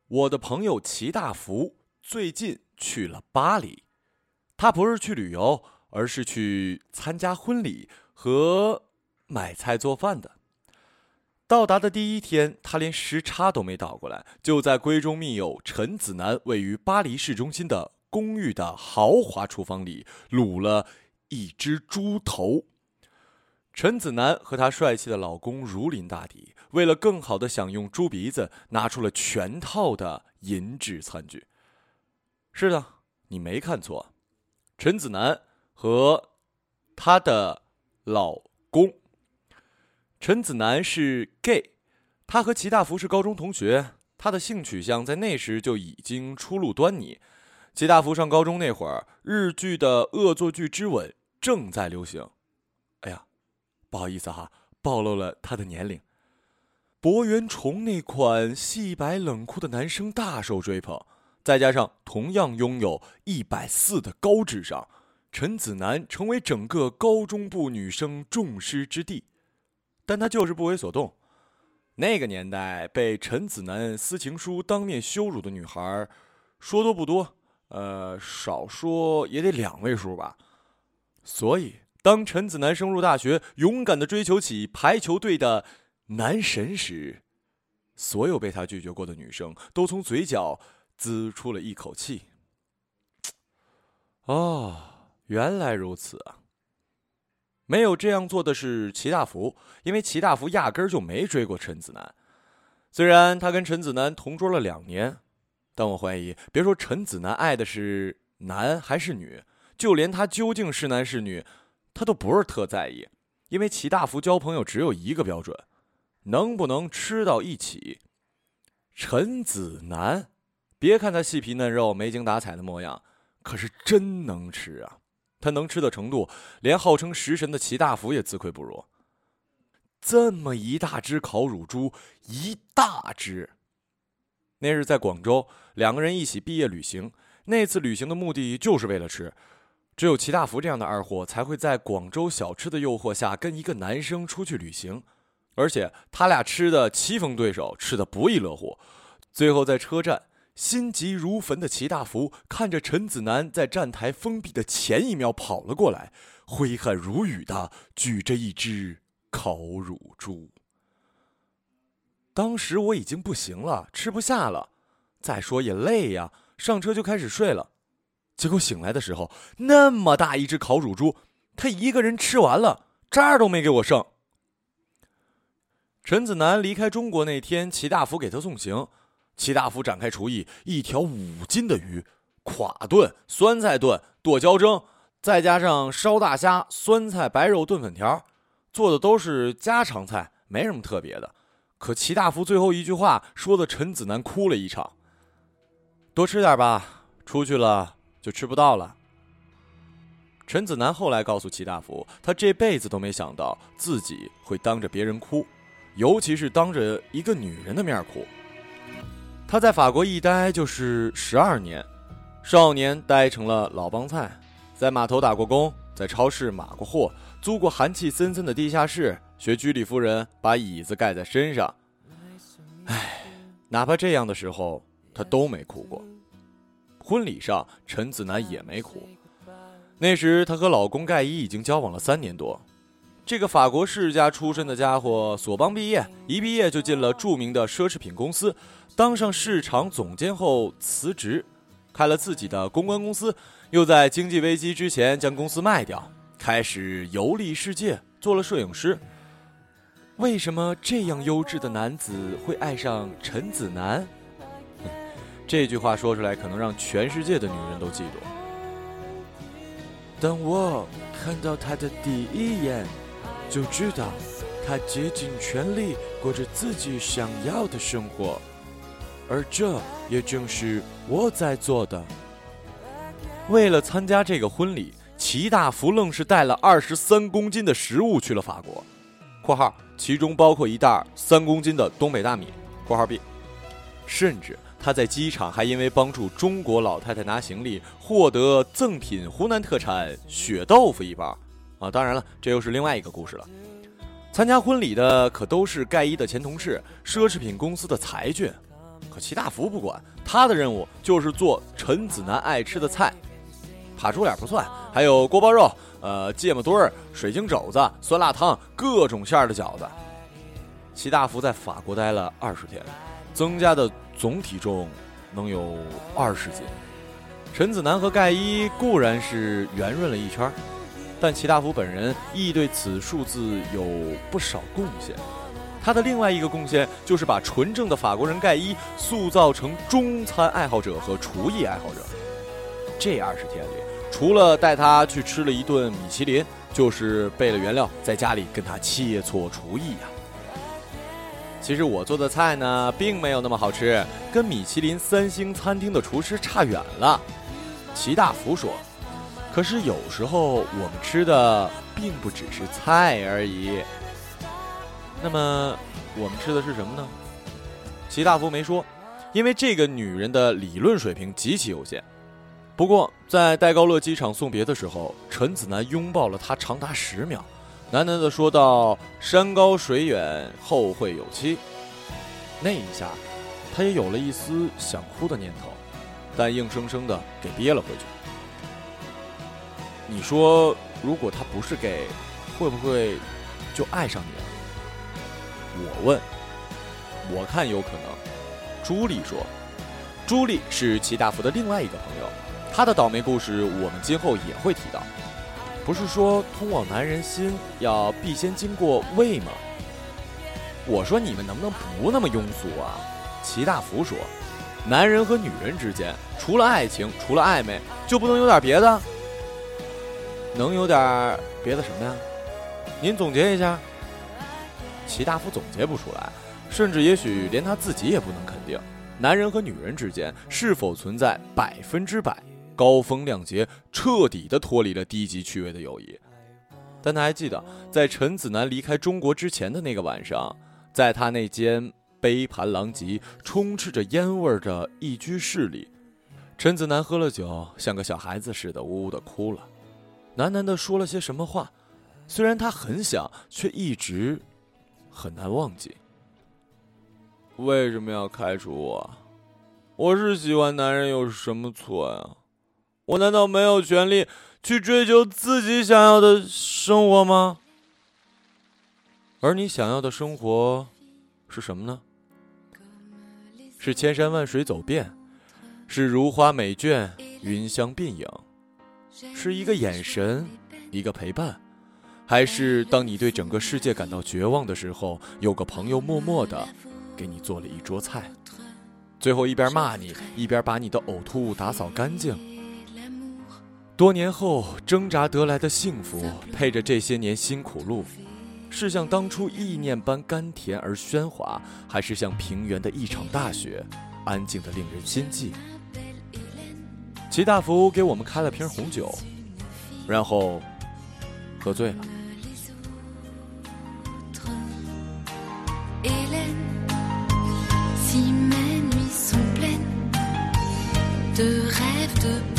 我的朋友齐大福最近去了巴黎，他不是去旅游，而是去参加婚礼和买菜做饭的。到达的第一天，他连时差都没倒过来，就在闺中密友陈子楠位于巴黎市中心的公寓的豪华厨房里卤了一只猪头。陈子楠和她帅气的老公如临大敌，为了更好地享用猪鼻子，拿出了全套的银质餐具。是的，你没看错，陈子楠和她的老公。陈子楠是 gay， 他和齐大福是高中同学，他的性取向在那时就已经初露端倪。齐大福上高中那会儿，日剧的恶作剧之吻正在流行。哎呀，不好意思哈，暴露了他的年龄。博元崇那款细白冷酷的男生大受追捧，再加上同样拥有140的高智商，陈子楠成为整个高中部女生众矢之的。但他就是不为所动。那个年代被陈子楠私情书当面羞辱的女孩，说多不多，少说也得2位数吧。所以，当陈子楠升入大学，勇敢地追求起排球队的男神时，所有被他拒绝过的女生都从嘴角滋出了一口气。哦，原来如此啊！没有这样做的是齐大福，因为齐大福压根儿就没追过陈子楠。虽然他跟陈子楠同桌了2年，但我怀疑，别说陈子楠爱的是男还是女，就连他究竟是男是女，他都不是特在意。因为齐大福交朋友只有一个标准，能不能吃到一起。陈子楠，别看他细皮嫩肉、没精打采的模样，可是真能吃啊！他能吃的程度，连号称食神的齐大福也自愧不如。这么一大只烤乳猪，一大只。那日在广州，2个人一起毕业旅行。那次旅行的目的就是为了吃，只有齐大福这样的二货才会在广州小吃的诱惑下跟一个男生出去旅行。而且他俩吃的棋逢对手，吃的不亦乐乎。最后在车站，心急如焚的齐大福看着陈子楠在站台封闭的前1秒跑了过来，挥汗如雨的举着一只烤乳猪。当时我已经不行了，吃不下了，再说也累呀，上车就开始睡了。结果醒来的时候，那么大一只烤乳猪，他一个人吃完了，渣都没给我剩。陈子楠离开中国那天，齐大福给他送行。齐大福展开厨艺，1条5斤的鱼，垮炖、酸菜炖、剁椒蒸，再加上烧大虾、酸菜白肉炖粉条，做的都是家常菜，没什么特别的。可齐大福最后一句话说的陈子楠哭了一场。多吃点吧，出去了就吃不到了。陈子楠后来告诉齐大福，他这辈子都没想到自己会当着别人哭，尤其是当着一个女人的面哭。他在法国一待就是12年，少年待成了老帮菜，在码头打过工，在超市码过货，租过寒气森森的地下室，学居里夫人把椅子盖在身上。唉，哪怕这样的时候他都没哭过。婚礼上陈子楠也没哭，那时她和老公盖伊已经交往了3年多。这个法国世家出身的家伙，索邦毕业，一毕业就进了著名的奢侈品公司，当上市场总监后辞职，开了自己的公关公司，又在经济危机之前将公司卖掉，开始游历世界，做了摄影师。为什么这样优质的男子会爱上陈子楠？这句话说出来，可能让全世界的女人都嫉妒。当我看到他的第一眼，就知道他竭尽全力过着自己想要的生活，而这也正是我在做的。为了参加这个婚礼，齐大福愣是带了23公斤的食物去了法国（括号其中包括一袋3公斤的东北大米）（括号 B）。甚至他在机场还因为帮助中国老太太拿行李，获得赠品湖南特产血豆腐1包啊！当然了，这又是另外一个故事了。参加婚礼的可都是盖伊的前同事，奢侈品公司的才俊。 可齐大福不管，他的任务就是做陈子南爱吃的菜，扒猪脸不算，还有锅包肉、芥末墩儿、水晶肘子、酸辣汤，各种馅儿的饺子。齐大福在法国待了20天，增加的总体重能有20斤。陈子南和盖伊固然是圆润了一圈，但齐大福本人亦对此数字有不少贡献。他的另外一个贡献就是把纯正的法国人盖伊塑造成中餐爱好者和厨艺爱好者。这20天里，除了带他去吃了一顿米其林，就是备了原料在家里跟他切磋厨艺呀。其实我做的菜呢，并没有那么好吃，跟米其林3星餐厅的厨师差远了。齐大福说，可是有时候我们吃的并不只是菜而已。那么我们吃的是什么呢？齐大福没说，因为这个女人的理论水平极其有限。不过在戴高乐机场送别的时候，陈子南拥抱了她长达10秒，喃喃地说道：山高水远，后会有期。那一下他也有了一丝想哭的念头，但硬生生的给憋了回去。你说如果他不是 gay， 会不会就爱上你了？我问。我看有可能。朱莉说。朱莉是齐大福的另外一个朋友，她的倒霉故事我们今后也会提到。不是说通往男人心要必先经过胃吗？我说你们能不能不那么庸俗啊？齐大福说，男人和女人之间除了爱情，除了暧昧，就不能有点别的？能有点别的什么呀？您总结一下。齐大福总结不出来，甚至也许连他自己也不能肯定，男人和女人之间是否存在100%高风亮节、彻底的脱离了低级趣味的友谊。但他还记得，在陈子南离开中国之前的那个晚上，在他那间杯盘狼藉、充斥着烟味的一居室里，陈子南喝了酒，像个小孩子似的呜呜地哭了，喃喃地说了些什么话，虽然他很想，却一直很难忘记。为什么要开除我？我是喜欢男人，有什么错呀？我难道没有权利去追求自己想要的生活吗？而你想要的生活是什么呢？是千山万水走遍，是如花美眷，云香鬓影，是一个眼神，一个陪伴，还是当你对整个世界感到绝望的时候，有个朋友默默地给你做了一桌菜，最后一边骂你，一边把你的呕吐物打扫干净。多年后挣扎得来的幸福，配着这些年辛苦路，是像当初意念般甘甜而喧哗，还是像平原的一场大雪，安静的令人心悸？齐大福给我们开了瓶红酒，然后喝醉了。 Si mes nuits sont pleines de rêves de